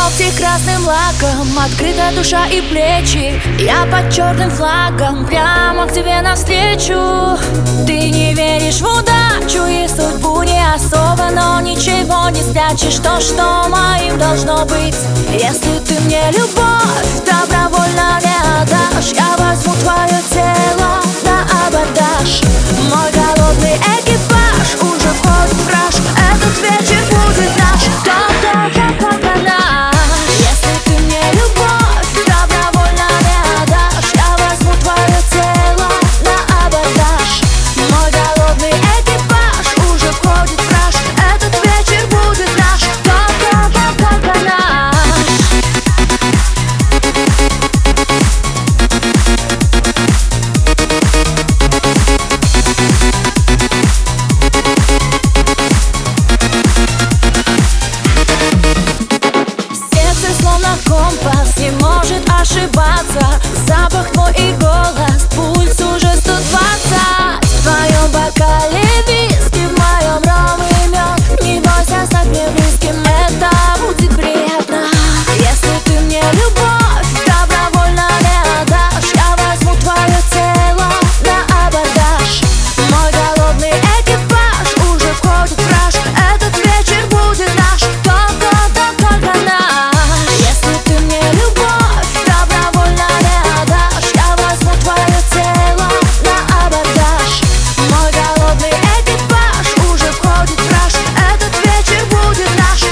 Ногти красным лаком, открыта душа и плечи. Я под черным флагом, прямо к тебе навстречу. Ты не веришь в удачу и судьбу не особо, но ничего не спрячешь. То, что моим должно быть. Если ты мне любовь добровольно не отдашь, я возьму твое тело на абордаж. Мой голодный экипаж уже входит в раж. Этот вечер будет наш, только наш. Если ты мне любовь добровольно не отдашь, я возьму твое тело на абордаж. Мой голодный экипаж уже входит в раж. Этот вечер будет наш, только наш. Словно компас, не может ошибаться. Запах твой и голос, пульс уже 120. В твоем бокале виски, в моем ром и мед. Не бойся, стать мне близким, это будет приятно. Если ты мне любовь добровольно не отдашь, я возьму твое тело на абордаж. Мой голодный экипаж уже входит в раж. Этот вечер будет наш, только наш. Если ты мне любовь добровольно не отдашь, я возьму твое тело на абордаж. Мой голодный экипаж уже входит в раж. Этот вечер будет наш.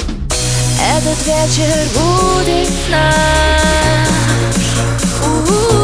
Этот вечер будет наш.